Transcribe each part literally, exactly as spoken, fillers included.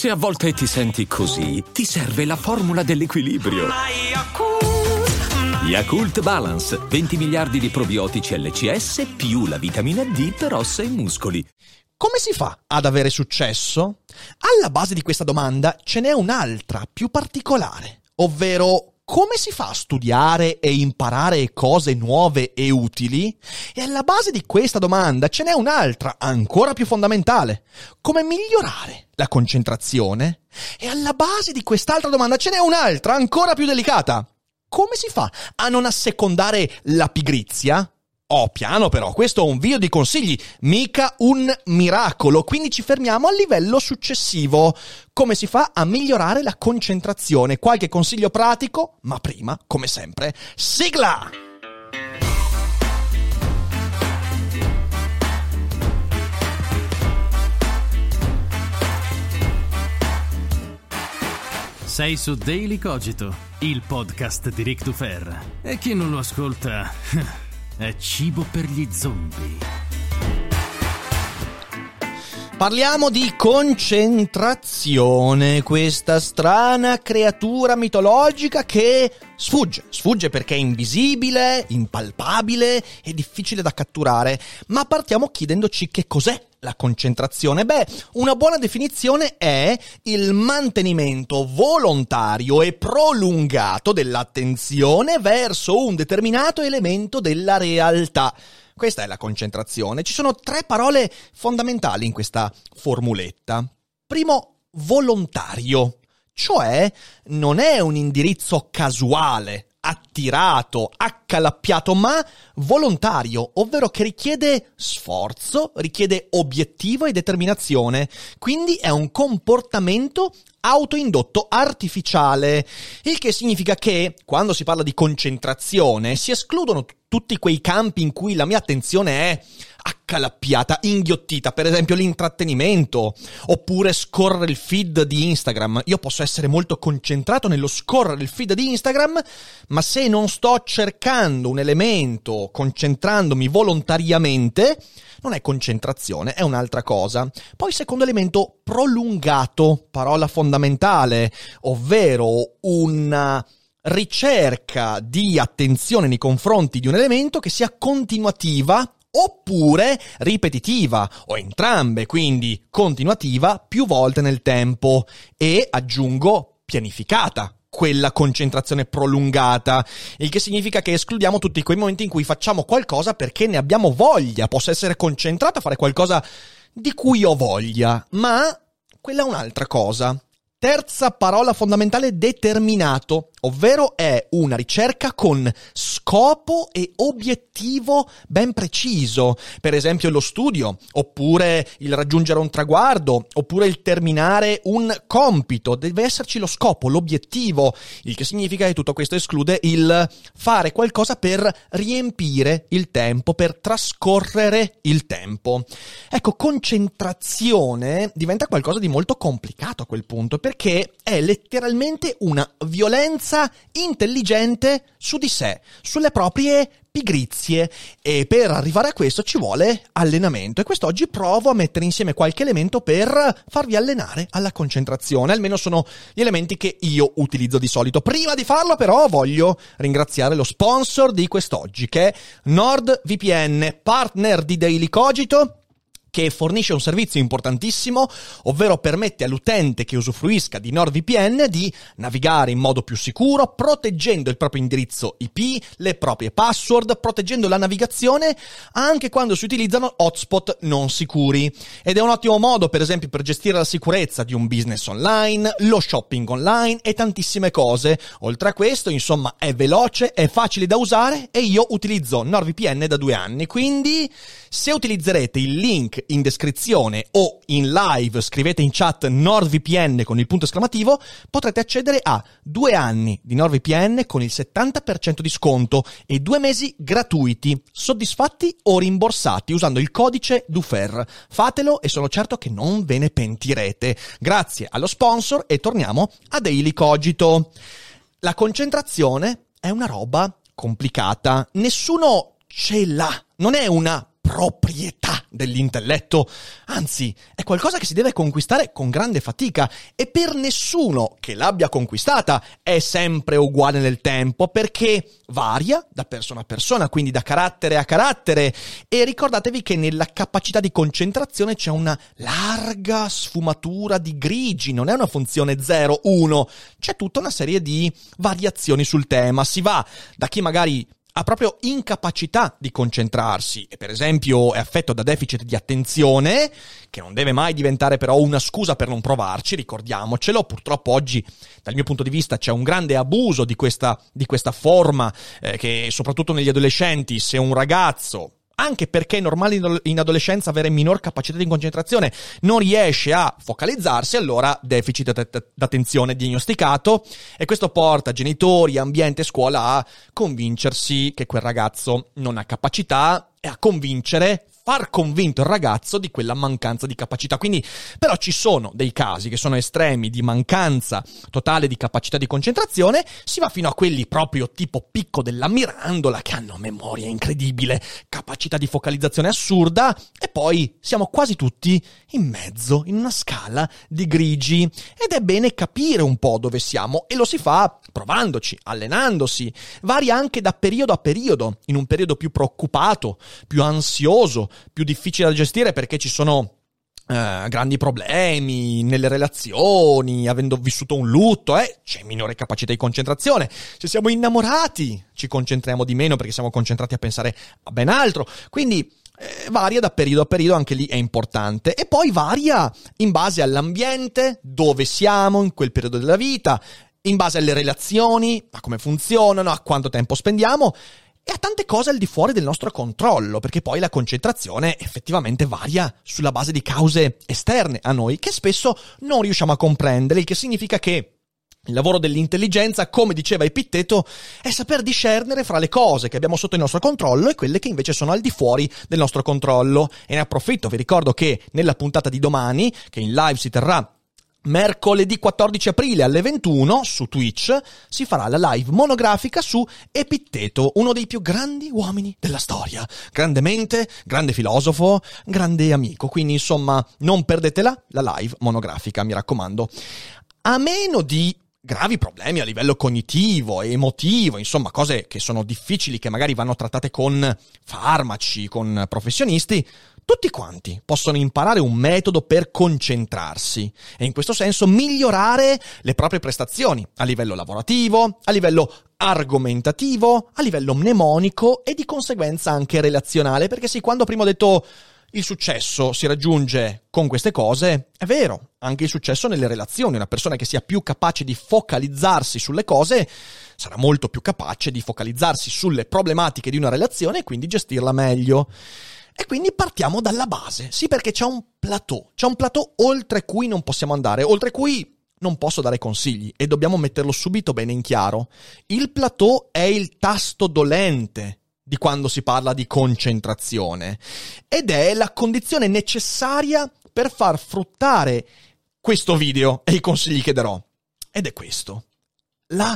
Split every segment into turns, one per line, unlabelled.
Se a volte ti senti così, ti serve la formula dell'equilibrio. Yakult Balance, venti miliardi di probiotici L C S più la vitamina D per ossa e muscoli.
Come si fa ad avere successo? Alla base di questa domanda ce n'è un'altra, più particolare, ovvero come si fa a studiare e imparare cose nuove e utili? E alla base di questa domanda ce n'è un'altra, ancora più fondamentale, come migliorare la concentrazione? E alla base di quest'altra domanda ce n'è un'altra, ancora più delicata, come si fa a non assecondare la pigrizia? Oh, piano però, questo è un video di consigli, mica un miracolo, quindi ci fermiamo al livello successivo. Come si fa a migliorare la concentrazione? Qualche consiglio pratico, ma prima, come sempre, sigla!
Sei su Daily Cogito, il podcast di Ric Dufer. E chi non lo ascolta è cibo per gli zombie.
Parliamo di concentrazione, questa strana creatura mitologica che sfugge, sfugge perché è invisibile, impalpabile e difficile da catturare. Ma partiamo chiedendoci che cos'è la concentrazione. Beh, una buona definizione è il mantenimento volontario e prolungato dell'attenzione verso un determinato elemento della realtà. Questa è la concentrazione. Ci sono tre parole fondamentali in questa formuletta. Primo, volontario, cioè non è un indirizzo casuale, attirato, accalappiato, ma volontario, ovvero che richiede sforzo, richiede obiettivo e determinazione. Quindi è un comportamento autoindotto artificiale, il che significa che quando si parla di concentrazione si escludono t- tutti quei campi in cui la mia attenzione è accalappiata, inghiottita, per esempio l'intrattenimento, oppure scorrere il feed di Instagram. Io posso essere molto concentrato nello scorrere il feed di Instagram, ma se non sto cercando un elemento, concentrandomi volontariamente, non è concentrazione, è un'altra cosa. Poi secondo elemento, prolungato, parola fondamentale, ovvero una ricerca di attenzione nei confronti di un elemento che sia continuativa oppure ripetitiva, o entrambe, quindi continuativa più volte nel tempo, e aggiungo pianificata, quella concentrazione prolungata, il che significa che escludiamo tutti quei momenti in cui facciamo qualcosa perché ne abbiamo voglia. Posso essere concentrato a fare qualcosa di cui ho voglia, ma quella è un'altra cosa. Terza parola fondamentale, determinato, ovvero è una ricerca con scopo e obiettivo ben preciso. Per esempio lo studio, oppure il raggiungere un traguardo, oppure il terminare un compito. Deve esserci lo scopo, l'obiettivo, il che significa che tutto questo esclude il fare qualcosa per riempire il tempo, per trascorrere il tempo. Ecco, concentrazione diventa qualcosa di molto complicato a quel punto, perché Perché è letteralmente una violenza intelligente su di sé, sulle proprie pigrizie, e per arrivare a questo ci vuole allenamento, e quest'oggi provo a mettere insieme qualche elemento per farvi allenare alla concentrazione. Almeno sono gli elementi che io utilizzo di solito. Prima di farlo però voglio ringraziare lo sponsor di quest'oggi, che è NordVPN, partner di Daily Cogito, che fornisce un servizio importantissimo, ovvero permette all'utente che usufruisca di NordVPN di navigare in modo più sicuro, proteggendo il proprio indirizzo I P, le proprie password, proteggendo la navigazione anche quando si utilizzano hotspot non sicuri. Ed è un ottimo modo, per esempio, per gestire la sicurezza di un business online, lo shopping online e tantissime cose. Oltre a questo, insomma, è veloce, è facile da usare, e io utilizzo NordVPN da due anni, quindi se utilizzerete il link in descrizione o in live, scrivete in chat NordVPN con il punto esclamativo, potrete accedere a due anni di NordVPN con il settanta per cento di sconto e due mesi gratuiti, soddisfatti o rimborsati usando il codice Dufer. Fatelo e sono certo che non ve ne pentirete. Grazie allo sponsor, e torniamo a Daily Cogito. La concentrazione è una roba complicata, nessuno ce l'ha, non è una proprietà dell'intelletto, anzi è qualcosa che si deve conquistare con grande fatica e per nessuno che l'abbia conquistata è sempre uguale nel tempo, perché varia da persona a persona, quindi da carattere a carattere, e ricordatevi che nella capacità di concentrazione c'è una larga sfumatura di grigi, non è una funzione zero uno, c'è tutta una serie di variazioni sul tema. Si va da chi magari ha proprio incapacità di concentrarsi e per esempio è affetto da deficit di attenzione, che non deve mai diventare però una scusa per non provarci, ricordiamocelo. Purtroppo oggi dal mio punto di vista c'è un grande abuso di questa, di questa forma, eh, che soprattutto negli adolescenti, se un ragazzo, anche perché è normale in adolescenza avere minor capacità di concentrazione, non riesce a focalizzarsi, allora deficit d'attenzione diagnosticato, e questo porta genitori, ambiente, scuola a convincersi che quel ragazzo non ha capacità e a convincere, far convinto il ragazzo di quella mancanza di capacità. Quindi però ci sono dei casi che sono estremi di mancanza totale di capacità di concentrazione, si va fino a quelli proprio tipo Picco della Mirandola, che hanno memoria incredibile, capacità di focalizzazione assurda, e poi siamo quasi tutti in mezzo, in una scala di grigi, ed è bene capire un po' dove siamo, e lo si fa provandoci, allenandosi. Varia anche da periodo a periodo, in un periodo più preoccupato, più ansioso, più difficile da gestire perché ci sono eh, grandi problemi nelle relazioni, avendo vissuto un lutto, eh, c'è minore capacità di concentrazione. Se siamo innamorati ci concentriamo di meno perché siamo concentrati a pensare a ben altro. Quindi eh, varia da periodo a periodo, anche lì è importante. E poi varia in base all'ambiente, dove siamo in quel periodo della vita, in base alle relazioni, a come funzionano, a quanto tempo spendiamo, e a tante cose al di fuori del nostro controllo, perché poi la concentrazione effettivamente varia sulla base di cause esterne a noi che spesso non riusciamo a comprendere, il che significa che il lavoro dell'intelligenza, come diceva Epitteto, è saper discernere fra le cose che abbiamo sotto il nostro controllo e quelle che invece sono al di fuori del nostro controllo. E ne approfitto, vi ricordo che nella puntata di domani, che in live si terrà mercoledì quattordici aprile alle ventuno su Twitch, si farà la live monografica su Epitteto, uno dei più grandi uomini della storia. Grande mente, grande filosofo, grande amico. Quindi insomma non perdetela, la live monografica, mi raccomando. A meno di gravi problemi a livello cognitivo e emotivo, insomma cose che sono difficili, che magari vanno trattate con farmaci, con professionisti, tutti quanti possono imparare un metodo per concentrarsi e in questo senso migliorare le proprie prestazioni a livello lavorativo, a livello argomentativo, a livello mnemonico e di conseguenza anche relazionale, perché sì, quando prima ho detto il successo si raggiunge con queste cose, è vero, anche il successo nelle relazioni. Una persona che sia più capace di focalizzarsi sulle cose sarà molto più capace di focalizzarsi sulle problematiche di una relazione e quindi gestirla meglio. E quindi partiamo dalla base, sì, perché c'è un plateau, c'è un plateau oltre cui non possiamo andare, oltre cui non posso dare consigli e dobbiamo metterlo subito bene in chiaro. Il plateau è il tasto dolente di quando si parla di concentrazione ed è la condizione necessaria per far fruttare questo video e i consigli che darò. Ed è questo: la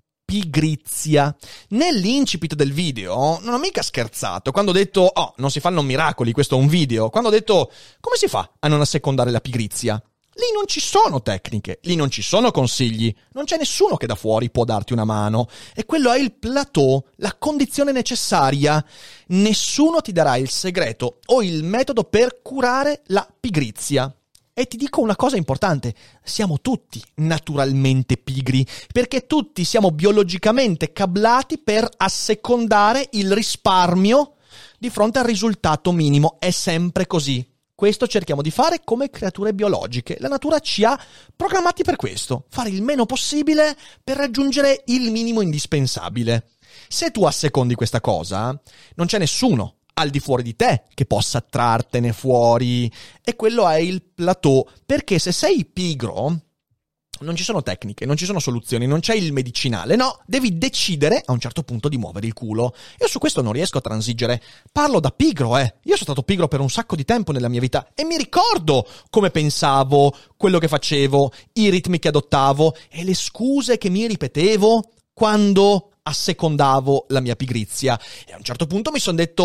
pigrizia. Nell'incipit del video non ho mica scherzato quando ho detto oh, non si fanno miracoli, questo è un video. Quando ho detto come si fa a non assecondare la pigrizia? Lì non ci sono tecniche, lì non ci sono consigli, non c'è nessuno che da fuori può darti una mano. E quello è il plateau, la condizione necessaria. Nessuno ti darà il segreto o il metodo per curare la pigrizia. E ti dico una cosa importante, siamo tutti naturalmente pigri, perché tutti siamo biologicamente cablati per assecondare il risparmio di fronte al risultato minimo. È sempre così. Questo cerchiamo di fare come creature biologiche. La natura ci ha programmati per questo, fare il meno possibile per raggiungere il minimo indispensabile. Se tu assecondi questa cosa, non c'è nessuno al di fuori di te che possa trartene fuori, e quello è il plateau, perché se sei pigro non ci sono tecniche, non ci sono soluzioni, non c'è il medicinale, no, devi decidere a un certo punto di muovere il culo. Io su questo non riesco a transigere, parlo da pigro, eh, io sono stato pigro per un sacco di tempo nella mia vita e mi ricordo come pensavo, quello che facevo, i ritmi che adottavo e le scuse che mi ripetevo quando assecondavo la mia pigrizia. E a un certo punto mi sono detto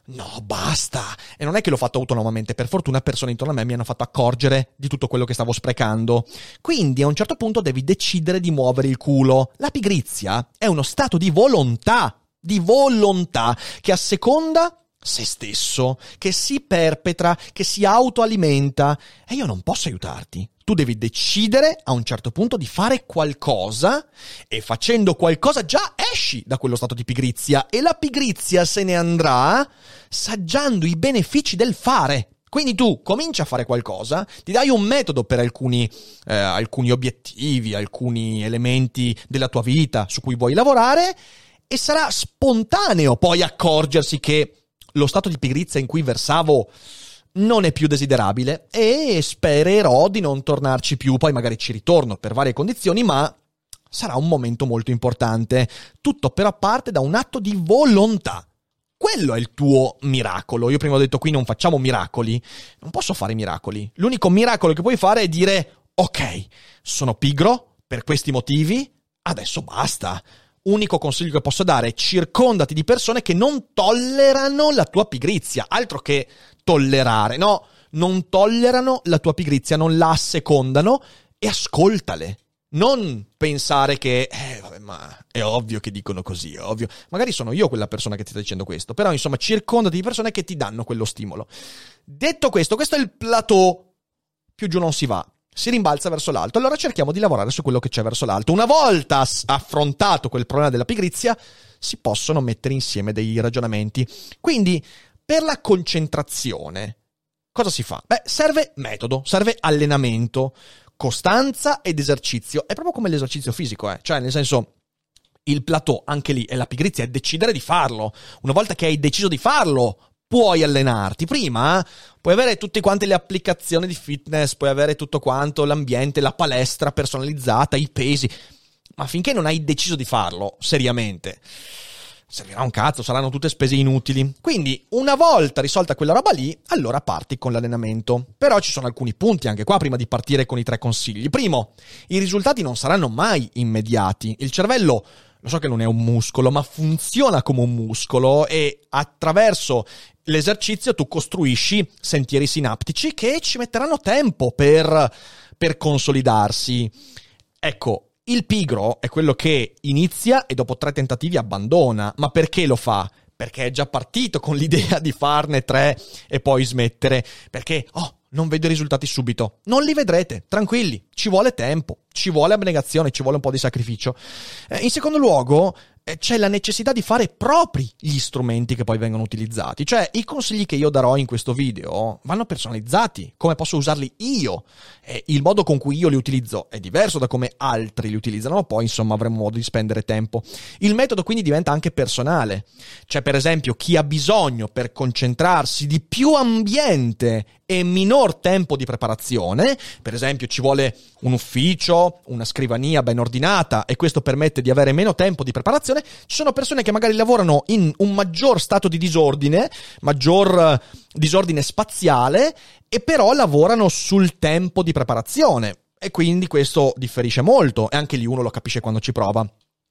No, basta! E non è che l'ho fatto autonomamente, per fortuna persone intorno a me mi hanno fatto accorgere di tutto quello che stavo sprecando. Quindi a un certo punto devi decidere di muovere il culo. La pigrizia è uno stato di volontà, di volontà, che asseconda se stesso, che si perpetra, che si autoalimenta, e io non posso aiutarti. Tu devi decidere a un certo punto di fare qualcosa, e facendo qualcosa già esci da quello stato di pigrizia, e la pigrizia se ne andrà saggiando i benefici del fare. Quindi tu cominci a fare qualcosa, ti dai un metodo per alcuni, eh, alcuni obiettivi, alcuni elementi della tua vita su cui vuoi lavorare, e sarà spontaneo poi accorgersi che lo stato di pigrizia in cui versavo non è più desiderabile, e spererò di non tornarci più. Poi magari ci ritorno per varie condizioni, ma sarà un momento molto importante. Tutto però parte da un atto di volontà. Quello è il tuo miracolo. Io prima ho detto qui non facciamo miracoli. Non posso fare miracoli. L'unico miracolo che puoi fare è dire: ok, sono pigro per questi motivi, adesso basta. Unico consiglio che posso dare è: circondati di persone che non tollerano la tua pigrizia. Altro che tollerare, no, non tollerano la tua pigrizia, non la assecondano, e ascoltale. Non pensare che, eh, vabbè, ma è ovvio che dicono così, è ovvio. Magari sono io quella persona che ti sta dicendo questo, però insomma circondati di persone che ti danno quello stimolo. Detto questo, questo è il plateau. Più giù non si va. Si rimbalza verso l'alto. Allora cerchiamo di lavorare su quello che c'è verso l'alto. Una volta affrontato quel problema della pigrizia, si possono mettere insieme dei ragionamenti. Quindi, per la concentrazione, cosa si fa? Beh, serve metodo, serve allenamento, costanza ed esercizio. È proprio come l'esercizio fisico, eh. Cioè, nel senso, il plateau, anche lì, è la pigrizia, è decidere di farlo. Una volta che hai deciso di farlo, puoi allenarti. Prima puoi avere tutte quante le applicazioni di fitness, puoi avere tutto quanto, l'ambiente, la palestra personalizzata, i pesi, ma finché non hai deciso di farlo seriamente, servirà un cazzo, saranno tutte spese inutili. Quindi una volta risolta quella roba lì, allora parti con l'allenamento. Però ci sono alcuni punti anche qua prima di partire con i tre consigli. Primo, i risultati non saranno mai immediati. Il cervello, lo so che non è un muscolo, ma funziona come un muscolo, e attraverso l'esercizio tu costruisci sentieri sinaptici che ci metteranno tempo per, per consolidarsi. Ecco, il pigro è quello che inizia e dopo tre tentativi abbandona. Ma perché lo fa? Perché è già partito con l'idea di farne tre e poi smettere. Perché, oh, non vedo i risultati subito. Non li vedrete, tranquilli, ci vuole tempo, ci vuole abnegazione, ci vuole un po' di sacrificio. Eh, in secondo luogo, eh, c'è la necessità di fare propri gli strumenti che poi vengono utilizzati. Cioè, i consigli che io darò in questo video vanno personalizzati, come posso usarli io. Eh, il modo con cui io li utilizzo è diverso da come altri li utilizzano, ma poi insomma avremo modo di spendere tempo. Il metodo quindi diventa anche personale. C'è per esempio chi ha bisogno per concentrarsi di più ambiente e minor tempo di preparazione. Per esempio ci vuole un ufficio, una scrivania ben ordinata, e questo permette di avere meno tempo di preparazione. Ci sono persone che magari lavorano in un maggior stato di disordine, maggior disordine spaziale, e però lavorano sul tempo di preparazione, e quindi questo differisce molto, e anche lì uno lo capisce quando ci prova.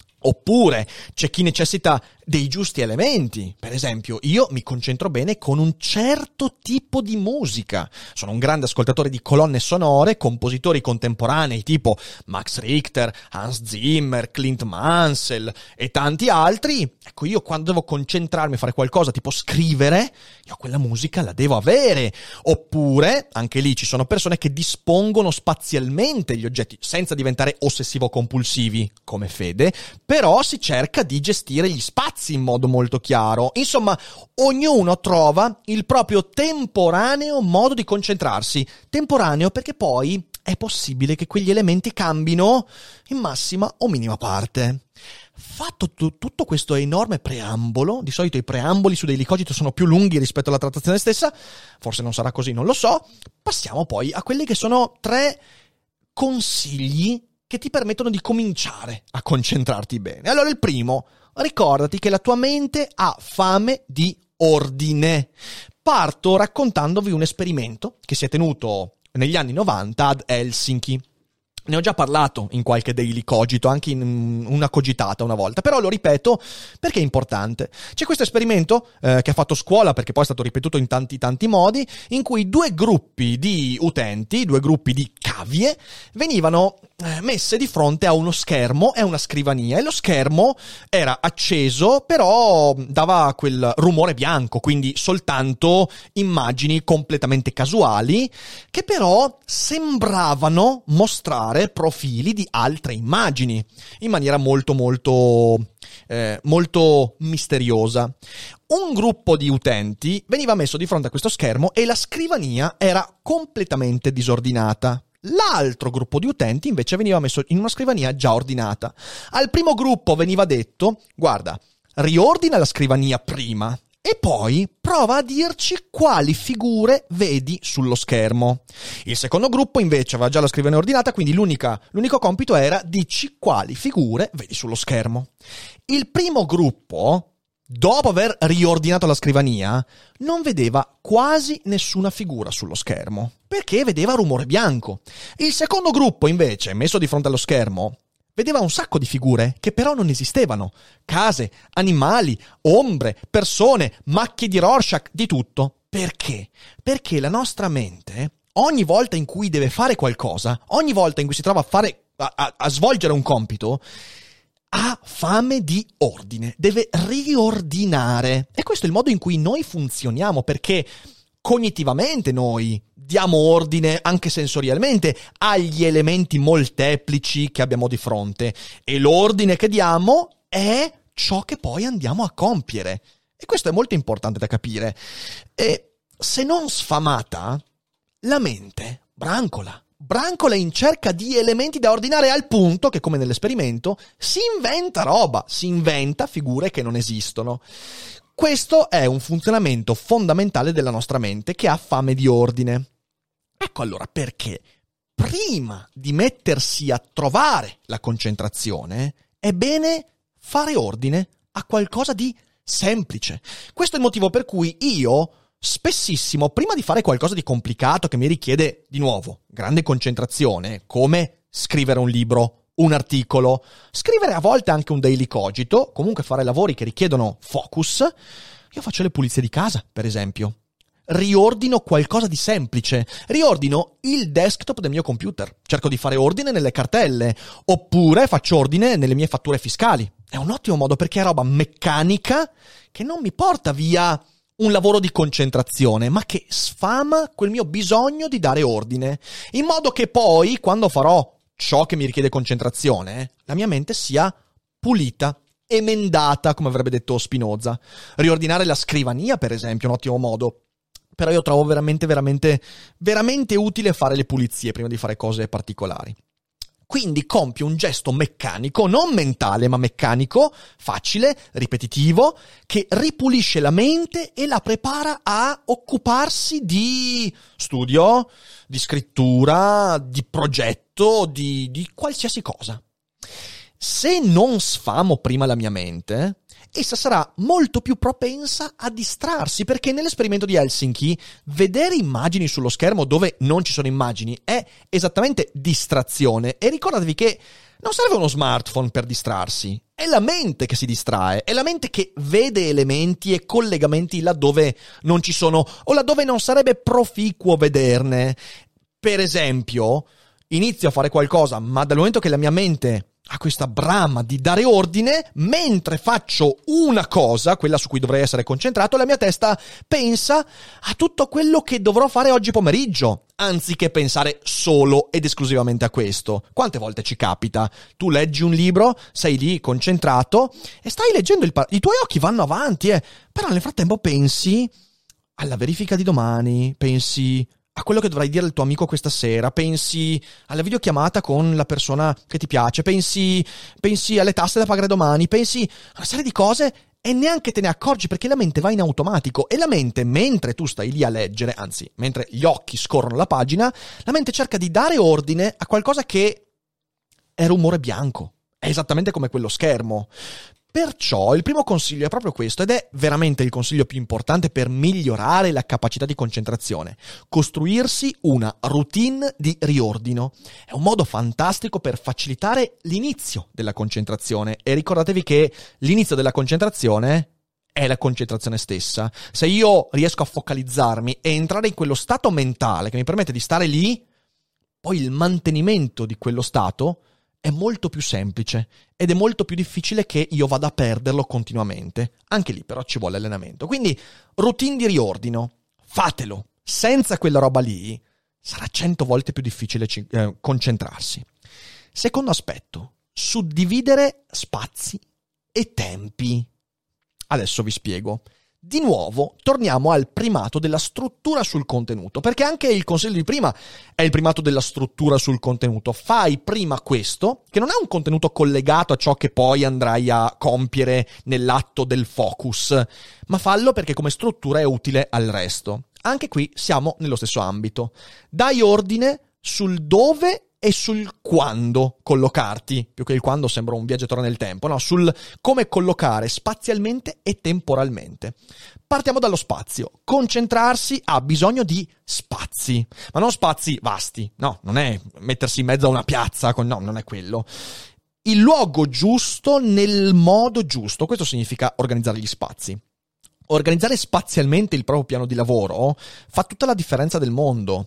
Oppure c'è chi necessita dei giusti elementi. Per esempio, io mi concentro bene con un certo tipo di musica. Sono un grande ascoltatore di colonne sonore, compositori contemporanei tipo Max Richter, Hans Zimmer, Clint Mansell e tanti altri. Ecco, io quando devo concentrarmi a fare qualcosa, tipo scrivere, io quella musica la devo avere. Oppure, anche lì ci sono persone che dispongono spazialmente gli oggetti, senza diventare ossessivo-compulsivi, come Fede, però si cerca di gestire gli spazi in modo molto chiaro. Insomma, ognuno trova il proprio temporaneo modo di concentrarsi. Temporaneo perché poi è possibile che quegli elementi cambino in massima o minima parte. Fatto t- tutto questo enorme preambolo, di solito i preamboli su Daily Cogito sono più lunghi rispetto alla trattazione stessa, forse non sarà così, non lo so, passiamo poi a quelli che sono tre consigli che ti permettono di cominciare a concentrarti bene. Allora, il primo, ricordati che la tua mente ha fame di ordine. Parto raccontandovi un esperimento che si è tenuto negli anni novanta ad Helsinki. Ne ho già parlato in qualche Daily Cogito, anche in una cogitata una volta, però lo ripeto perché è importante. C'è questo esperimento eh, che ha fatto scuola, perché poi è stato ripetuto in tanti tanti modi, in cui due gruppi di utenti, due gruppi di cavie, venivano eh, messe di fronte a uno schermo e a una scrivania, e lo schermo era acceso, però dava quel rumore bianco, quindi soltanto immagini completamente casuali, che però sembravano mostrare profili di altre immagini in maniera molto molto eh, molto misteriosa. Un gruppo di utenti veniva messo di fronte a questo schermo e la scrivania era completamente disordinata. L'altro gruppo di utenti invece veniva messo in una scrivania già ordinata. Al primo gruppo veniva detto: guarda, riordina la scrivania prima e poi prova a dirci quali figure vedi sullo schermo. Il secondo gruppo invece aveva già la scrivania ordinata, quindi l'unica, l'unico compito era: dici quali figure vedi sullo schermo. Il primo gruppo, dopo aver riordinato la scrivania, non vedeva quasi nessuna figura sullo schermo, perché vedeva rumore bianco. Il secondo gruppo invece, messo di fronte allo schermo, vedeva un sacco di figure che però non esistevano. Case, animali, ombre, persone, macchie di Rorschach, di tutto. Perché? Perché la nostra mente, ogni volta in cui deve fare qualcosa, ogni volta in cui si trova a fare, a, a, a svolgere un compito, ha fame di ordine, deve riordinare. E questo è il modo in cui noi funzioniamo, perché cognitivamente noi diamo ordine anche sensorialmente agli elementi molteplici che abbiamo di fronte, e l'ordine che diamo è ciò che poi andiamo a compiere. E questo è molto importante da capire. E se non sfamata, la mente brancola. Brancola in cerca di elementi da ordinare, al punto che, come nell'esperimento, si inventa roba, si inventa figure che non esistono. Questo è un funzionamento fondamentale della nostra mente, che ha fame di ordine. Ecco allora perché prima di mettersi a trovare la concentrazione è bene fare ordine a qualcosa di semplice. Questo è il motivo per cui io spessissimo, prima di fare qualcosa di complicato che mi richiede di nuovo grande concentrazione, come scrivere un libro, un articolo, scrivere a volte anche un Daily Cogito, comunque fare lavori che richiedono focus, io faccio le pulizie di casa, per esempio. Riordino qualcosa di semplice, riordino il desktop del mio computer, cerco di fare ordine nelle cartelle, oppure faccio ordine nelle mie fatture fiscali. È un ottimo modo, perché è roba meccanica che non mi porta via un lavoro di concentrazione, ma che sfama quel mio bisogno di dare ordine, in modo che poi, quando farò ciò che mi richiede concentrazione, la mia mente sia pulita, emendata, come avrebbe detto Spinoza. Riordinare la scrivania, per esempio, è un ottimo modo. Però io trovo veramente, veramente, veramente utile fare le pulizie prima di fare cose particolari. Quindi compio un gesto meccanico, non mentale, ma meccanico, facile, ripetitivo, che ripulisce la mente e la prepara a occuparsi di studio, di scrittura, di progetto, di, di qualsiasi cosa. Se non sfamo prima la mia mente, essa sarà molto più propensa a distrarsi, perché nell'esperimento di Helsinki vedere immagini sullo schermo dove non ci sono immagini è esattamente distrazione. E ricordatevi che non serve uno smartphone per distrarsi, è la mente che si distrae, è la mente che vede elementi e collegamenti laddove non ci sono o laddove non sarebbe proficuo vederne. Per esempio, inizio a fare qualcosa, ma dal momento che la mia mente ha questa brama di dare ordine, mentre faccio una cosa, quella su cui dovrei essere concentrato, la mia testa pensa a tutto quello che dovrò fare oggi pomeriggio, anziché pensare solo ed esclusivamente a questo. Quante volte ci capita? Tu leggi un libro, sei lì concentrato e stai leggendo, il par- i tuoi occhi vanno avanti, eh, però nel frattempo pensi alla verifica di domani, pensi a quello che dovrai dire al tuo amico questa sera, pensi alla videochiamata con la persona che ti piace, pensi, pensi alle tasse da pagare domani, pensi a una serie di cose e neanche te ne accorgi, perché la mente va in automatico. E la mente, mentre tu stai lì a leggere, anzi, mentre gli occhi scorrono la pagina, la mente cerca di dare ordine a qualcosa che è rumore bianco. È esattamente come quello schermo. Perciò il primo consiglio è proprio questo, ed è veramente il consiglio più importante per migliorare la capacità di concentrazione: costruirsi una routine di riordino. È un modo fantastico per facilitare l'inizio della concentrazione, e ricordatevi che l'inizio della concentrazione è la concentrazione stessa. Se io riesco a focalizzarmi e entrare in quello stato mentale che mi permette di stare lì, poi il mantenimento di quello stato è molto più semplice ed è molto più difficile che io vada a perderlo continuamente. Anche lì però ci vuole allenamento. Quindi routine di riordino, fatelo. Senza quella roba lì sarà cento volte più difficile eh, concentrarsi. Secondo aspetto, suddividere spazi e tempi. Adesso vi spiego. Di nuovo, torniamo al primato della struttura sul contenuto, perché anche il consiglio di prima è il primato della struttura sul contenuto. Fai prima questo, che non è un contenuto collegato a ciò che poi andrai a compiere nell'atto del focus, ma fallo perché come struttura è utile al resto. Anche qui siamo nello stesso ambito. Dai ordine sul dove e sul quando collocarti, più che il quando sembra un viaggiatore nel tempo, no? Sul come collocare spazialmente e temporalmente. Partiamo dallo spazio. Concentrarsi ha bisogno di spazi, ma non spazi vasti, no, non è mettersi in mezzo a una piazza, con... no, non è quello. Il luogo giusto nel modo giusto, questo significa organizzare gli spazi. Organizzare spazialmente il proprio piano di lavoro fa tutta la differenza del mondo.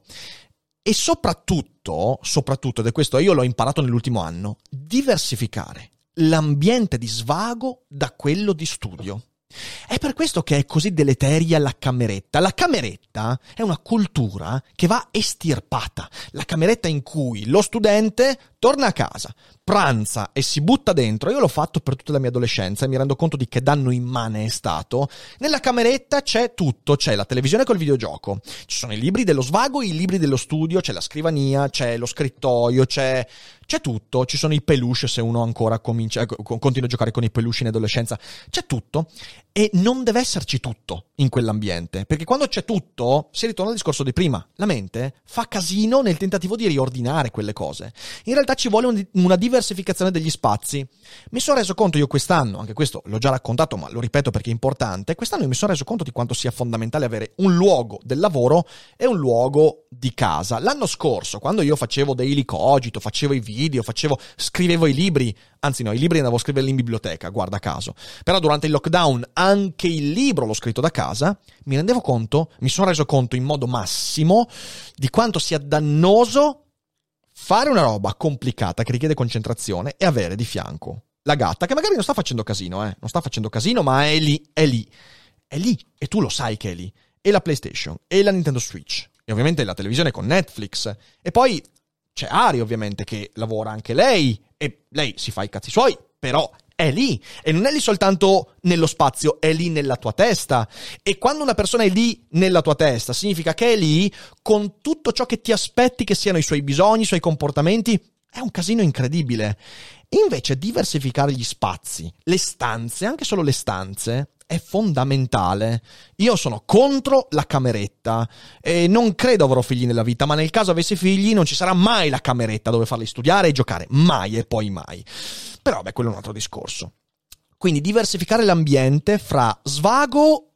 E soprattutto, soprattutto, ed è questo io l'ho imparato nell'ultimo anno, diversificare l'ambiente di svago da quello di studio. È per questo che è così deleteria la cameretta. La cameretta è una cultura che va estirpata. La cameretta in cui lo studente torna a casa, pranza e si butta dentro. Io l'ho fatto per tutta la mia adolescenza e mi rendo conto di che danno immane è stato. Nella cameretta c'è tutto, c'è la televisione col videogioco, ci sono i libri dello svago, i libri dello studio, c'è la scrivania, c'è lo scrittoio, c'è, c'è tutto, ci sono i peluche se uno ancora comincia, continua a giocare con i peluche in adolescenza, c'è tutto. E non deve esserci tutto in quell'ambiente, perché quando c'è tutto si ritorna al discorso di prima. La mente fa casino nel tentativo di riordinare quelle cose. In realtà ci vuole un, una diversificazione degli spazi. Mi sono reso conto io quest'anno, anche questo l'ho già raccontato ma lo ripeto perché è importante, quest'anno mi sono reso conto di quanto sia fondamentale avere un luogo del lavoro e un luogo di casa. L'anno scorso, quando io facevo Daily Cogito, facevo i video, facevo, scrivevo i libri, anzi no, i libri andavo a scriverli in biblioteca, guarda caso, però durante il lockdown anche il libro l'ho scritto da casa, mi rendevo conto, mi sono reso conto in modo massimo di quanto sia dannoso fare una roba complicata che richiede concentrazione e avere di fianco la gatta che magari non sta facendo casino, eh, non sta facendo casino, ma è lì, è lì, è lì, e tu lo sai che è lì, e la PlayStation, e la Nintendo Switch, e ovviamente la televisione con Netflix, e poi c'è Ari ovviamente che lavora anche lei, e lei si fa i cazzi suoi, però è lì, e non è lì soltanto nello spazio, è lì nella tua testa. E quando una persona è lì nella tua testa, significa che è lì con tutto ciò che ti aspetti che siano i suoi bisogni, i suoi comportamenti. È un casino incredibile. Invece diversificare gli spazi, le stanze, anche solo le stanze, è fondamentale. Io sono contro la cameretta e non credo avrò figli nella vita, ma nel caso avessi figli non ci sarà mai la cameretta dove farli studiare e giocare, mai e poi mai. Però beh, quello è un altro discorso. Quindi diversificare l'ambiente fra svago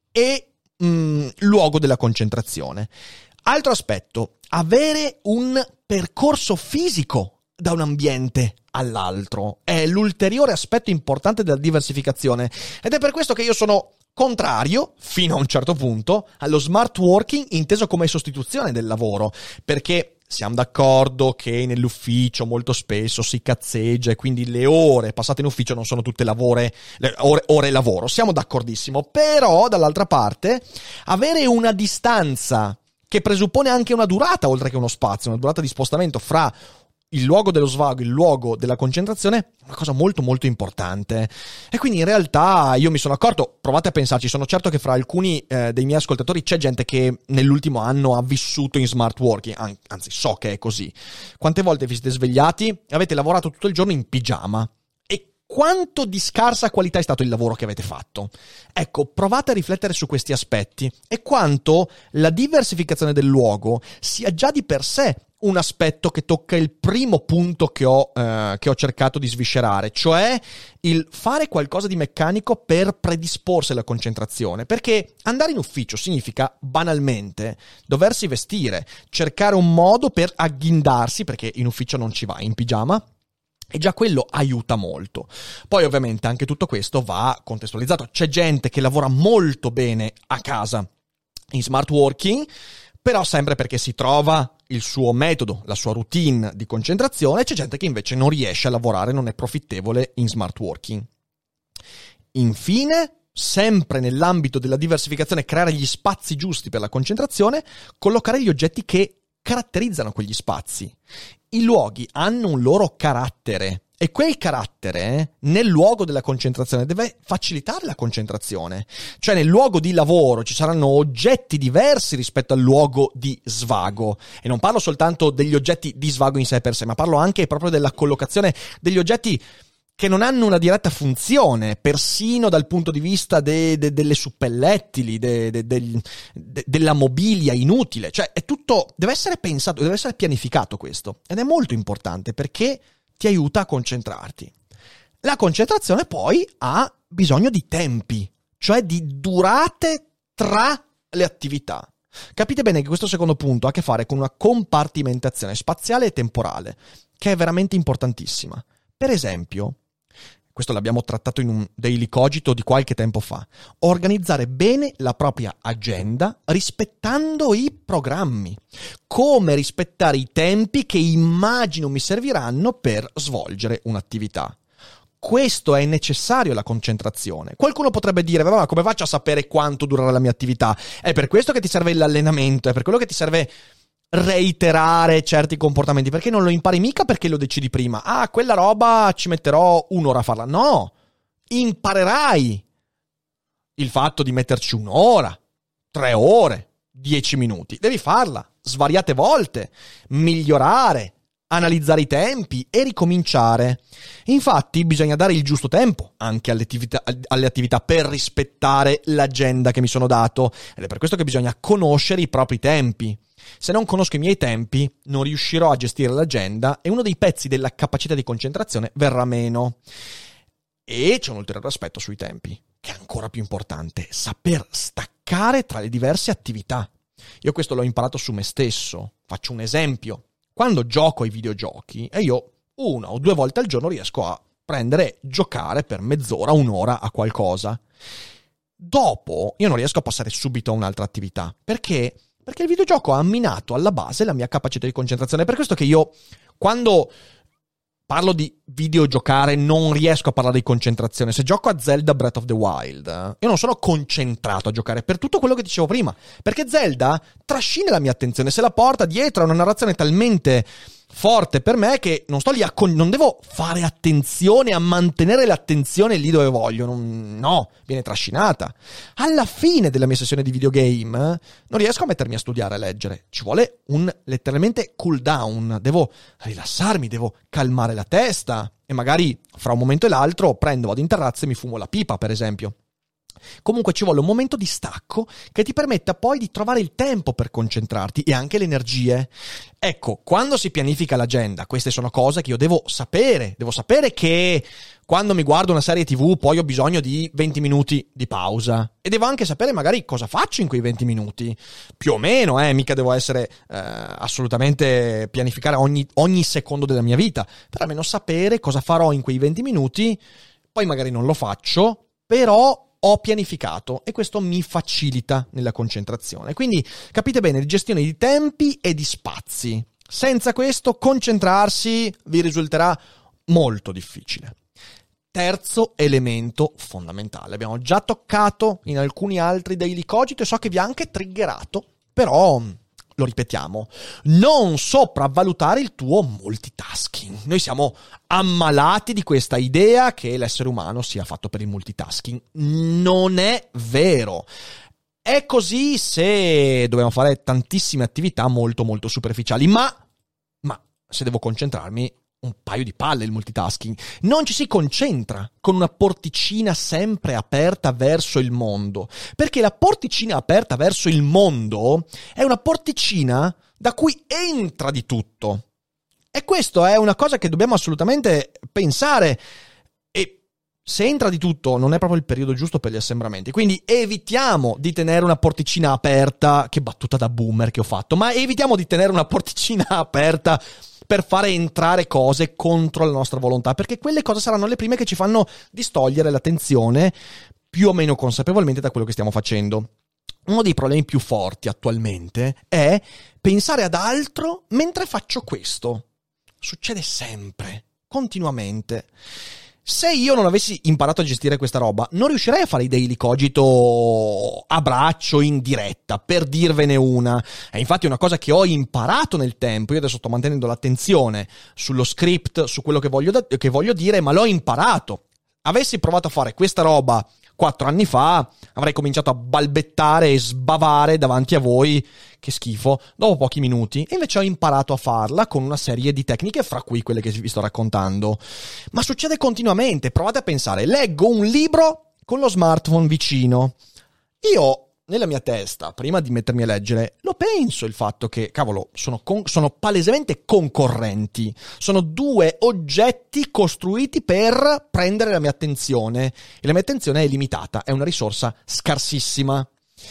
e mh, luogo della concentrazione. Altro aspetto, avere un percorso fisico da un ambiente all'altro è l'ulteriore aspetto importante della diversificazione, ed è per questo che io sono contrario, fino a un certo punto, allo smart working inteso come sostituzione del lavoro, perché siamo d'accordo che nell'ufficio molto spesso si cazzeggia e quindi le ore passate in ufficio non sono tutte lavore, le ore, ore lavoro, siamo d'accordissimo, però dall'altra parte avere una distanza che presuppone anche una durata oltre che uno spazio, una durata di spostamento fra il luogo dello svago, il luogo della concentrazione, è una cosa molto molto importante. E quindi in realtà io mi sono accorto, provate a pensarci, sono certo che fra alcuni eh, dei miei ascoltatori c'è gente che nell'ultimo anno ha vissuto in smart working, an- anzi so che è così. Quante volte vi siete svegliati e avete lavorato tutto il giorno in pigiama? E quanto di scarsa qualità è stato il lavoro che avete fatto? Ecco, provate a riflettere su questi aspetti e quanto la diversificazione del luogo sia già di per sé un aspetto che tocca il primo punto che ho, eh, che ho cercato di sviscerare, cioè il fare qualcosa di meccanico per predisporsi alla concentrazione, perché andare in ufficio significa banalmente doversi vestire, cercare un modo per agghindarsi, perché in ufficio non ci vai in pigiama, e già quello aiuta molto. Poi ovviamente anche tutto questo va contestualizzato. C'è gente che lavora molto bene a casa in smart working, però sempre perché si trova il suo metodo, la sua routine di concentrazione. C'è gente che invece non riesce a lavorare, non è profittevole in smart working. Infine, sempre nell'ambito della diversificazione, creare gli spazi giusti per la concentrazione, collocare gli oggetti che caratterizzano quegli spazi. I luoghi hanno un loro carattere e quel carattere nel luogo della concentrazione deve facilitare la concentrazione. Cioè nel luogo di lavoro ci saranno oggetti diversi rispetto al luogo di svago, e non parlo soltanto degli oggetti di svago in sé per sé, ma parlo anche proprio della collocazione degli oggetti che non hanno una diretta funzione, persino dal punto di vista de, de, delle suppellettili, de, de, de, de, della mobilia inutile. Cioè è tutto, deve essere pensato, deve essere pianificato questo, ed è molto importante perché ti aiuta a concentrarti. La concentrazione poi ha bisogno di tempi, cioè di durate tra le attività. Capite bene che questo secondo punto ha a che fare con una compartimentazione spaziale e temporale, che è veramente importantissima. Per esempio, questo l'abbiamo trattato in un Daily Cogito di qualche tempo fa, organizzare bene la propria agenda rispettando i programmi. Come rispettare i tempi che immagino mi serviranno per svolgere un'attività. Questo è necessario alla concentrazione. Qualcuno potrebbe dire, ma come faccio a sapere quanto durerà la mia attività? È per questo che ti serve l'allenamento, è per quello che ti serve reiterare certi comportamenti, perché non lo impari mica perché lo decidi prima. Ah, quella roba ci metterò un'ora a farla. No, imparerai il fatto di metterci un'ora, tre ore, dieci minuti. Devi farla svariate volte, migliorare, analizzare i tempi e ricominciare. Infatti bisogna dare il giusto tempo anche alle attività, alle attività per rispettare l'agenda che mi sono dato, ed è per questo che bisogna conoscere i propri tempi. Se non conosco i miei tempi, non riuscirò a gestire l'agenda e uno dei pezzi della capacità di concentrazione verrà meno. E c'è un ulteriore aspetto sui tempi, che è ancora più importante: saper staccare tra le diverse attività. Io questo l'ho imparato su me stesso. Faccio un esempio. Quando gioco ai videogiochi, e io una o due volte al giorno riesco a prendere e giocare per mezz'ora, un'ora a qualcosa. Dopo, io non riesco a passare subito a un'altra attività. Perché? Perché il videogioco ha minato alla base la mia capacità di concentrazione. È per questo che io, quando parlo di videogiocare, non riesco a parlare di concentrazione. Se gioco a Zelda Breath of the Wild, io non sono concentrato a giocare per tutto quello che dicevo prima. Perché Zelda trascina la mia attenzione, se la porta dietro a una narrazione talmente forte per me che non sto lì a con- non devo fare attenzione a mantenere l'attenzione lì dove voglio, non, no, viene trascinata. Alla fine della mia sessione di videogame non riesco a mettermi a studiare, a leggere, ci vuole un letteralmente cool down, devo rilassarmi, devo calmare la testa e magari fra un momento e l'altro prendo, vado in terrazza e mi fumo la pipa, per esempio. Comunque ci vuole un momento di stacco che ti permetta poi di trovare il tempo per concentrarti e anche le energie. Ecco, quando si pianifica l'agenda, queste sono cose che io devo sapere. Devo sapere che quando mi guardo una serie tivù poi ho bisogno di venti minuti di pausa. E devo anche sapere magari cosa faccio in quei venti minuti. Più o meno, eh, mica devo essere eh, assolutamente pianificare ogni, ogni secondo della mia vita. Per almeno sapere cosa farò in quei venti minuti. Poi magari non lo faccio, però ho pianificato e questo mi facilita nella concentrazione. Quindi capite bene, di gestione di tempi e di spazi. Senza questo concentrarsi vi risulterà molto difficile. Terzo elemento fondamentale. Abbiamo già toccato in alcuni altri Daily Cogito e so che vi ha anche triggerato, però lo ripetiamo, non sopravvalutare il tuo multitasking. Noi siamo ammalati di questa idea che l'essere umano sia fatto per il multitasking. Non è vero. È così se dobbiamo fare tantissime attività molto molto superficiali, ma, ma se devo concentrarmi, un paio di palle il multitasking. Non ci si concentra con una porticina sempre aperta verso il mondo, perché la porticina aperta verso il mondo è una porticina da cui entra di tutto. E questo è una cosa che dobbiamo assolutamente pensare. E se entra di tutto non è proprio il periodo giusto per gli assembramenti, quindi evitiamo di tenere una porticina aperta, che battuta da boomer che ho fatto, ma evitiamo di tenere una porticina aperta per fare entrare cose contro la nostra volontà, perché quelle cose saranno le prime che ci fanno distogliere l'attenzione più o meno consapevolmente da quello che stiamo facendo. Uno dei problemi più forti attualmente è pensare ad altro mentre faccio questo. Succede sempre, continuamente. Se io non avessi imparato a gestire questa roba, non riuscirei a fare i daily cogito a braccio in diretta, per dirvene una. È infatti una cosa che ho imparato nel tempo. Io adesso sto mantenendo l'attenzione sullo script, su quello che voglio, da- che voglio dire, ma l'ho imparato. Avessi provato a fare questa roba quattro anni fa, avrei cominciato a balbettare e sbavare davanti a voi, che schifo, dopo pochi minuti, e invece ho imparato a farla con una serie di tecniche, fra cui quelle che vi sto raccontando. Ma succede continuamente. Provate a pensare, leggo un libro con lo smartphone vicino. Io, nella mia testa, prima di mettermi a leggere, lo penso il fatto che, cavolo, sono, con- sono palesemente concorrenti. Sono due oggetti costruiti per prendere la mia attenzione. E la mia attenzione è limitata, è una risorsa scarsissima.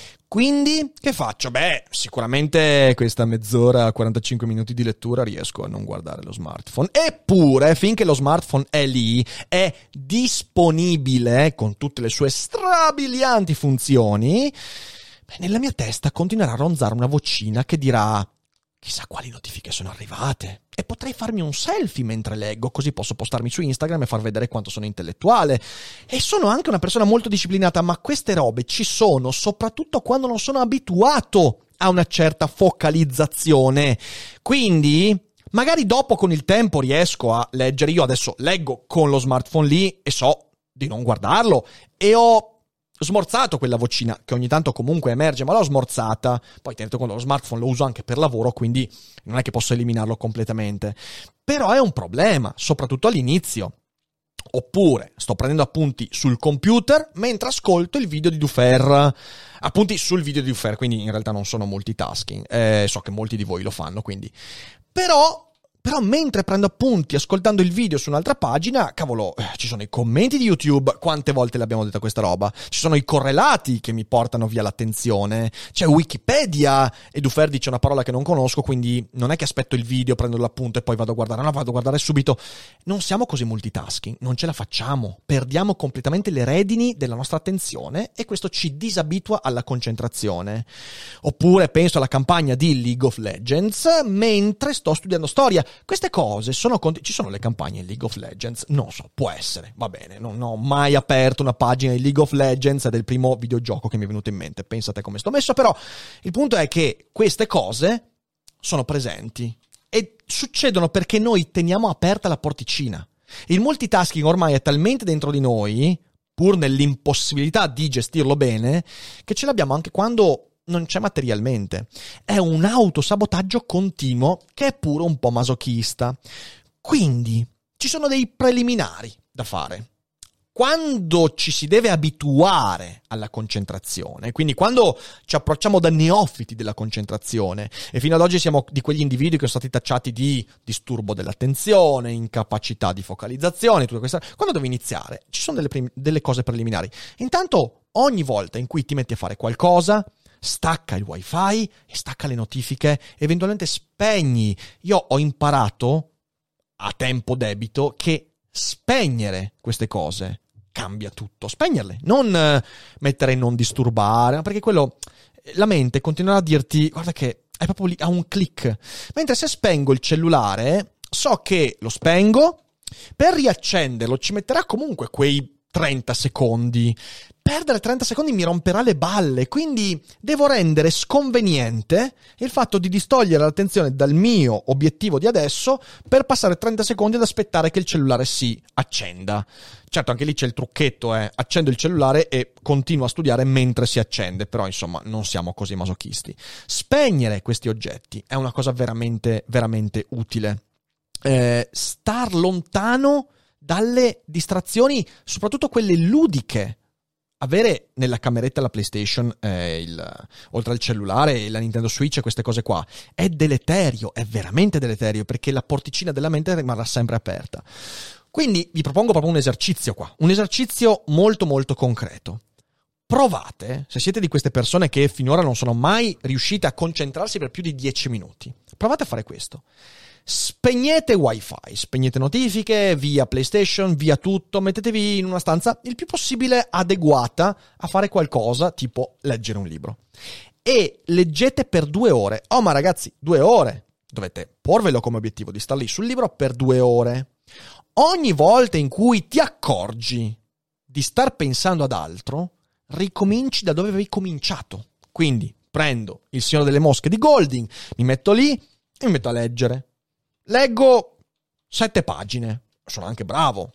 Quindi, che faccio? Beh, sicuramente questa mezz'ora, quarantacinque minuti di lettura riesco a non guardare lo smartphone. Eppure, finché lo smartphone è lì, è disponibile con tutte le sue strabilianti funzioni, beh, nella mia testa continuerà a ronzare una vocina che dirà: chissà quali notifiche sono arrivate. E potrei farmi un selfie mentre leggo, così posso postarmi su Instagram e far vedere quanto sono intellettuale. E sono anche una persona molto disciplinata, ma queste robe ci sono soprattutto quando non sono abituato a una certa focalizzazione. Quindi, magari dopo con il tempo riesco a leggere. Io adesso leggo con lo smartphone lì e so di non guardarlo. E ho smorzato quella vocina, che ogni tanto comunque emerge, ma l'ho smorzata. Poi tenete conto, lo smartphone lo uso anche per lavoro, quindi non è che posso eliminarlo completamente. Però è un problema, soprattutto all'inizio. Oppure sto prendendo appunti sul computer mentre ascolto il video di Dufer. Appunti sul video di Dufer, quindi in realtà non sono multitasking. Eh, so che molti di voi lo fanno, quindi. Però... Però mentre prendo appunti ascoltando il video su un'altra pagina, cavolo, eh, ci sono i commenti di YouTube, quante volte l'abbiamo detta questa roba, ci sono i correlati che mi portano via l'attenzione, c'è Wikipedia, e Dufer dice una parola che non conosco, quindi non è che aspetto il video, prendo l'appunto e poi vado a guardare, no, vado a guardare subito. Non siamo così multitasking, non ce la facciamo, perdiamo completamente le redini della nostra attenzione e questo ci disabitua alla concentrazione. Oppure penso alla campagna di League of Legends mentre sto studiando storia. Queste cose sono... Cont- ci sono le campagne in League of Legends? Non so, può essere, va bene. Non ho mai aperto una pagina di League of Legends, è del primo videogioco che mi è venuto in mente. Pensate come sto messo, però il punto è che queste cose sono presenti e succedono perché noi teniamo aperta la porticina. Il multitasking ormai è talmente dentro di noi, pur nell'impossibilità di gestirlo bene, che ce l'abbiamo anche quando non c'è materialmente. È un autosabotaggio continuo che è pure un po' masochista. Quindi ci sono dei preliminari da fare. Quando ci si deve abituare alla concentrazione, quindi quando ci approcciamo da neofiti della concentrazione, e fino ad oggi siamo di quegli individui che sono stati tacciati di disturbo dell'attenzione, incapacità di focalizzazione, tutte queste... Quando devi iniziare, ci sono delle, prim- delle cose preliminari. Intanto, ogni volta in cui ti metti a fare qualcosa, stacca il wifi e stacca le notifiche, eventualmente spegni. Io ho imparato a tempo debito che spegnere queste cose cambia tutto. Spegnerle, non eh, mettere non disturbare, perché quello, la mente continuerà a dirti guarda che è proprio lì a un click. Mentre se spengo il cellulare so che lo spengo, per riaccenderlo ci metterà comunque quei trenta secondi. Perdere trenta secondi mi romperà le balle, quindi devo rendere sconveniente il fatto di distogliere l'attenzione dal mio obiettivo di adesso per passare trenta secondi ad aspettare che il cellulare si accenda. Certo, anche lì c'è il trucchetto, eh. Accendo il cellulare e continuo a studiare mentre si accende, però insomma non siamo così masochisti. Spegnere questi oggetti è una cosa veramente, veramente utile. eh, star lontano dalle distrazioni, soprattutto quelle ludiche. Avere nella cameretta la PlayStation, eh, il, oltre al cellulare, la Nintendo Switch e queste cose qua, è deleterio, è veramente deleterio, perché la porticina della mente rimarrà sempre aperta. Quindi vi propongo proprio un esercizio qua, un esercizio molto molto concreto. Provate, se siete di queste persone che finora non sono mai riuscite a concentrarsi per più di dieci minuti, provate a fare questo. Spegnete wifi, spegnete notifiche, via PlayStation, via tutto, mettetevi in una stanza il più possibile adeguata a fare qualcosa, tipo leggere un libro. E leggete per due ore. Oh, ma ragazzi, due ore! Dovete porvelo come obiettivo di star lì sul libro per due ore. Ogni volta in cui ti accorgi di star pensando ad altro, ricominci da dove avevi cominciato. Quindi prendo Il Signore delle Mosche di Golding, mi metto lì e mi metto a leggere. Leggo sette pagine, sono anche bravo.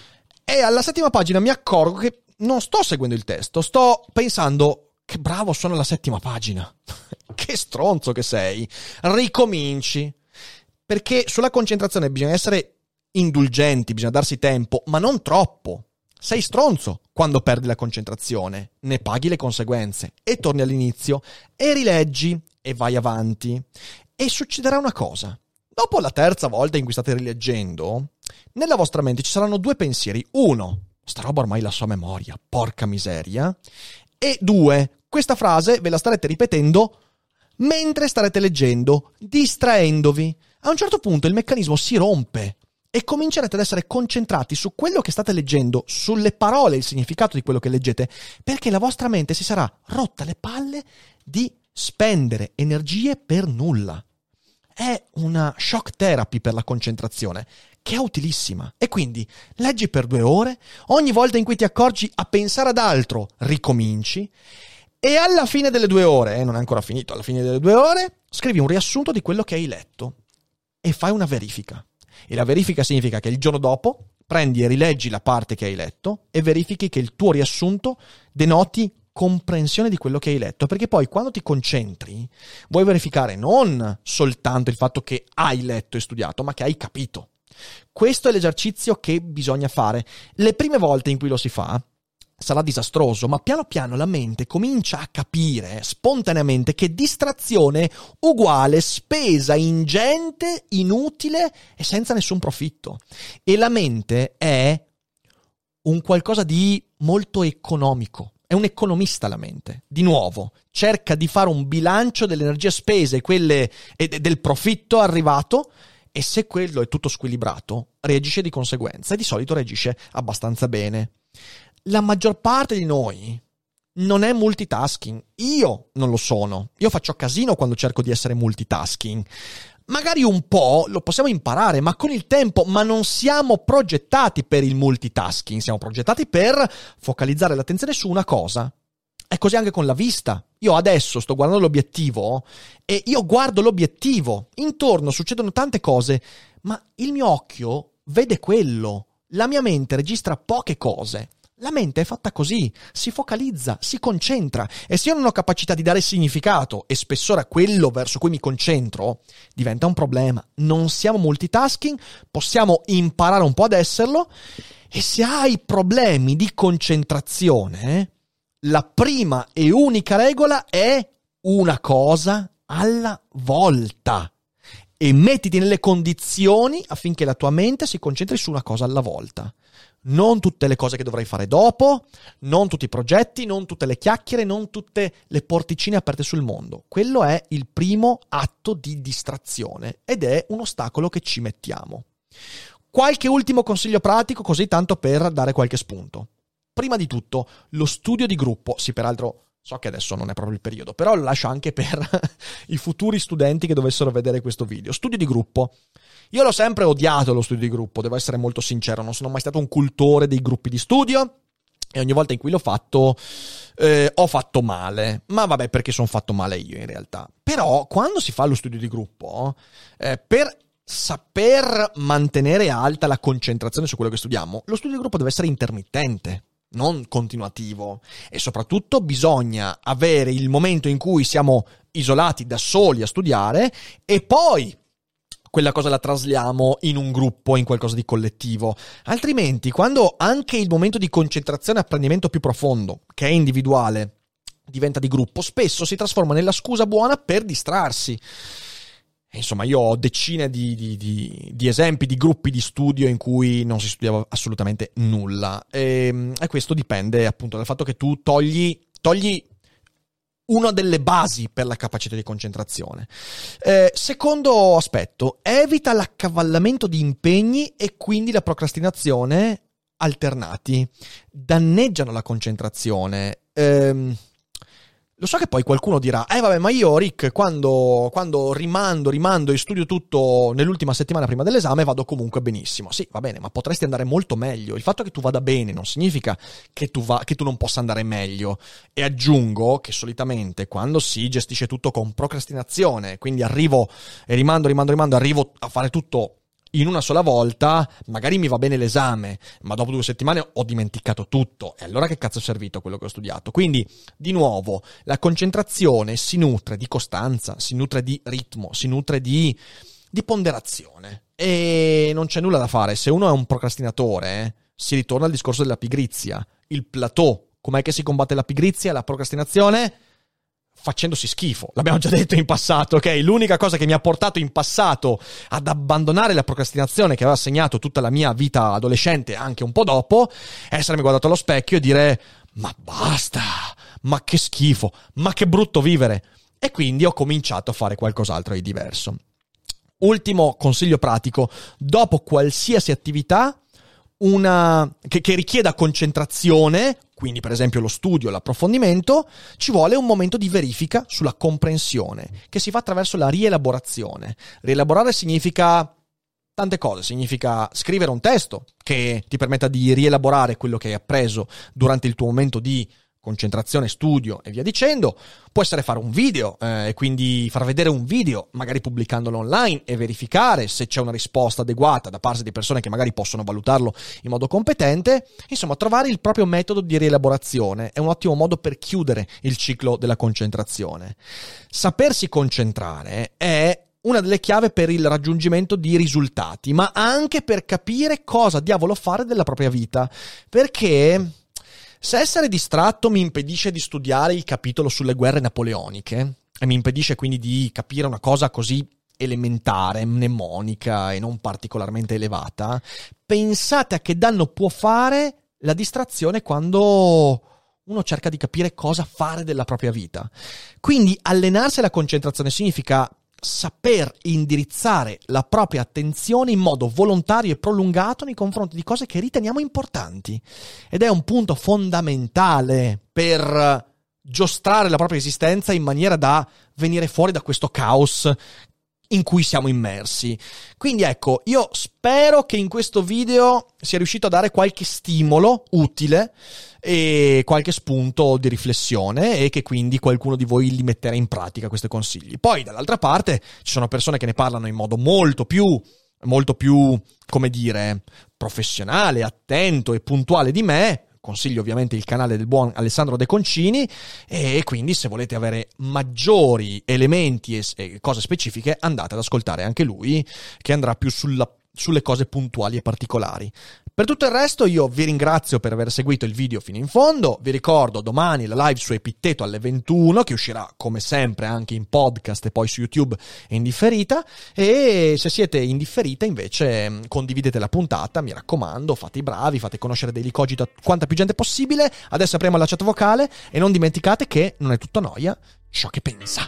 E alla settima pagina mi accorgo che non sto seguendo il testo, sto pensando che bravo sono alla settima pagina. Che stronzo che sei. Ricominci. Perché sulla concentrazione bisogna essere indulgenti, bisogna darsi tempo, ma non troppo. Sei stronzo quando perdi la concentrazione, ne paghi le conseguenze e torni all'inizio e rileggi e vai avanti. E succederà una cosa. Dopo la terza volta in cui state rileggendo, nella vostra mente ci saranno due pensieri. Uno, sta roba ormai la so a memoria, porca miseria. E due, questa frase ve la starete ripetendo mentre starete leggendo, distraendovi. A un certo punto il meccanismo si rompe e comincerete ad essere concentrati su quello che state leggendo, sulle parole e il significato di quello che leggete, perché la vostra mente si sarà rotta le palle di spendere energie per nulla. È una shock therapy per la concentrazione, che è utilissima. E quindi leggi per due ore, ogni volta in cui ti accorgi a pensare ad altro, ricominci, e alla fine delle due ore, eh, non è ancora finito, alla fine delle due ore, scrivi un riassunto di quello che hai letto e fai una verifica. E la verifica significa che il giorno dopo prendi e rileggi la parte che hai letto e verifichi che il tuo riassunto denoti comprensione di quello che hai letto, perché poi quando ti concentri vuoi verificare non soltanto il fatto che hai letto e studiato, ma che hai capito. Questo è l'esercizio che bisogna fare. Le prime volte in cui lo si fa sarà disastroso, ma piano piano la mente comincia a capire spontaneamente che distrazione uguale spesa ingente, inutile e senza nessun profitto. E la mente è un qualcosa di molto economico. È un economista la mente. Di nuovo, cerca di fare un bilancio delle energie spese e quelle e del profitto arrivato, e se quello è tutto squilibrato, reagisce di conseguenza, e di solito reagisce abbastanza bene. La maggior parte di noi non è multitasking. Io non lo sono. Io faccio casino quando cerco di essere multitasking. Magari un po' lo possiamo imparare, ma con il tempo, ma non siamo progettati per il multitasking, siamo progettati per focalizzare l'attenzione su una cosa. È così anche con la vista. Io adesso sto guardando l'obiettivo e io guardo l'obiettivo. Intorno succedono tante cose, ma il mio occhio vede quello. La mia mente registra poche cose. La mente è fatta così, si focalizza, si concentra, e se io non ho capacità di dare significato e spessore a quello verso cui mi concentro, diventa un problema. Non siamo multitasking, possiamo imparare un po' ad esserlo, e se hai problemi di concentrazione, la prima e unica regola è una cosa alla volta. E mettiti nelle condizioni affinché la tua mente si concentri su una cosa alla volta. Non tutte le cose che dovrai fare dopo, non tutti i progetti, non tutte le chiacchiere, non tutte le porticine aperte sul mondo. Quello è il primo atto di distrazione ed è un ostacolo che ci mettiamo. Qualche ultimo consiglio pratico, così tanto per dare qualche spunto. Prima di tutto, lo studio di gruppo. Sì, peraltro so che adesso non è proprio il periodo, però lo lascio anche per i futuri studenti che dovessero vedere questo video. Studio di gruppo. Io l'ho sempre odiato lo studio di gruppo, devo essere molto sincero, non sono mai stato un cultore dei gruppi di studio e ogni volta in cui l'ho fatto eh, ho fatto male, ma vabbè, perché sono fatto male io in realtà. Però quando si fa lo studio di gruppo, eh, per saper mantenere alta la concentrazione su quello che studiamo, lo studio di gruppo deve essere intermittente, non continuativo, e soprattutto bisogna avere il momento in cui siamo isolati da soli a studiare e poi quella cosa la trasliamo in un gruppo, in qualcosa di collettivo. Altrimenti, quando anche il momento di concentrazione e apprendimento più profondo, che è individuale, diventa di gruppo, spesso si trasforma nella scusa buona per distrarsi. E insomma, io ho decine di, di, di, di esempi di gruppi di studio in cui non si studiava assolutamente nulla. E, e questo dipende appunto dal fatto che tu togli, togli una delle basi per la capacità di concentrazione. Eh, secondo aspetto, evita l'accavallamento di impegni e quindi la procrastinazione alternati. Danneggiano la concentrazione. Ehm, lo so che poi qualcuno dirà, eh vabbè, ma io Rick, quando, quando rimando, rimando e studio tutto nell'ultima settimana prima dell'esame vado comunque benissimo. Sì, va bene, ma potresti andare molto meglio. Il fatto che tu vada bene non significa che tu, va, che tu non possa andare meglio. E aggiungo che solitamente quando si gestisce tutto con procrastinazione, quindi arrivo e rimando, rimando, rimando, arrivo a fare tutto in una sola volta, magari mi va bene l'esame, ma dopo due settimane ho dimenticato tutto. E allora che cazzo è servito quello che ho studiato? Quindi, di nuovo, la concentrazione si nutre di costanza, si nutre di ritmo, si nutre di, di ponderazione. E non c'è nulla da fare. Se uno è un procrastinatore, eh, si ritorna al discorso della pigrizia. Il plateau. Com'è che si combatte la pigrizia, la procrastinazione? Facendosi schifo, l'abbiamo già detto in passato, ok? L'unica cosa che mi ha portato in passato ad abbandonare la procrastinazione che aveva segnato tutta la mia vita adolescente, anche un po' dopo, è essermi guardato allo specchio e dire ma basta, ma che schifo, ma che brutto vivere. E quindi ho cominciato a fare qualcos'altro di diverso. Ultimo consiglio pratico: dopo qualsiasi attività una che, che richieda concentrazione, quindi per esempio lo studio, l'approfondimento, ci vuole un momento di verifica sulla comprensione, che si fa attraverso la rielaborazione. Rielaborare significa tante cose, significa scrivere un testo che ti permetta di rielaborare quello che hai appreso durante il tuo momento di concentrazione, studio e via dicendo. Può essere fare un video eh, e quindi far vedere un video, magari pubblicandolo online e verificare se c'è una risposta adeguata da parte di persone che magari possono valutarlo in modo competente. Insomma, trovare il proprio metodo di rielaborazione è un ottimo modo per chiudere il ciclo della concentrazione. Sapersi concentrare è una delle chiavi per il raggiungimento di risultati, ma anche per capire cosa diavolo fare della propria vita, perché se essere distratto mi impedisce di studiare il capitolo sulle guerre napoleoniche e mi impedisce quindi di capire una cosa così elementare, mnemonica e non particolarmente elevata, pensate a che danno può fare la distrazione quando uno cerca di capire cosa fare della propria vita. Quindi allenarsi alla concentrazione significa saper indirizzare la propria attenzione in modo volontario e prolungato nei confronti di cose che riteniamo importanti. Ed è un punto fondamentale per giostrare la propria esistenza in maniera da venire fuori da questo caos in cui siamo immersi. Quindi ecco, io spero che in questo video sia riuscito a dare qualche stimolo utile e qualche spunto di riflessione e che quindi qualcuno di voi li metterà in pratica questi consigli. Poi dall'altra parte ci sono persone che ne parlano in modo molto più molto più, come dire, professionale, attento e puntuale di me. Consiglio ovviamente il canale del buon Alessandro De Concini e quindi se volete avere maggiori elementi e, e cose specifiche andate ad ascoltare anche lui, che andrà più sulla, sulle cose puntuali e particolari. Per tutto il resto io vi ringrazio per aver seguito il video fino in fondo. Vi ricordo domani la live su Epitteto alle ventuno, che uscirà come sempre anche in podcast e poi su YouTube in differita, e se siete in differita invece condividete la puntata, mi raccomando, fate i bravi, fate conoscere Daily Cogito a quanta più gente possibile. Adesso apriamo la chat vocale e non dimenticate che non è tutta noia ciò che pensa.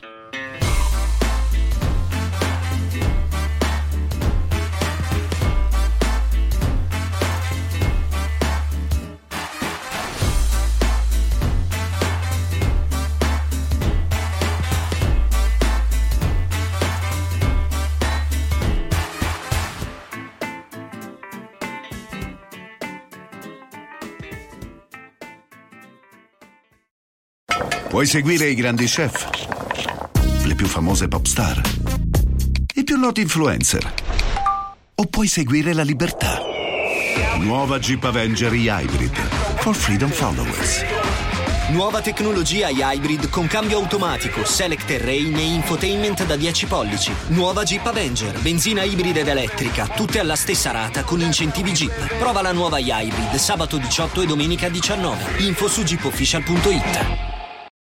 Puoi seguire i grandi chef, le più famose pop star, i più noti influencer, o puoi seguire la libertà. Nuova Jeep Avenger e Hybrid for Freedom Followers.
Nuova tecnologia Hybrid con cambio automatico, Select Terrain e infotainment da dieci pollici. Nuova Jeep Avenger, benzina ibrida ed elettrica, tutte alla stessa rata con incentivi Jeep. Prova la nuova Hybrid sabato diciotto e domenica diciannove. Info su jeep official punto it.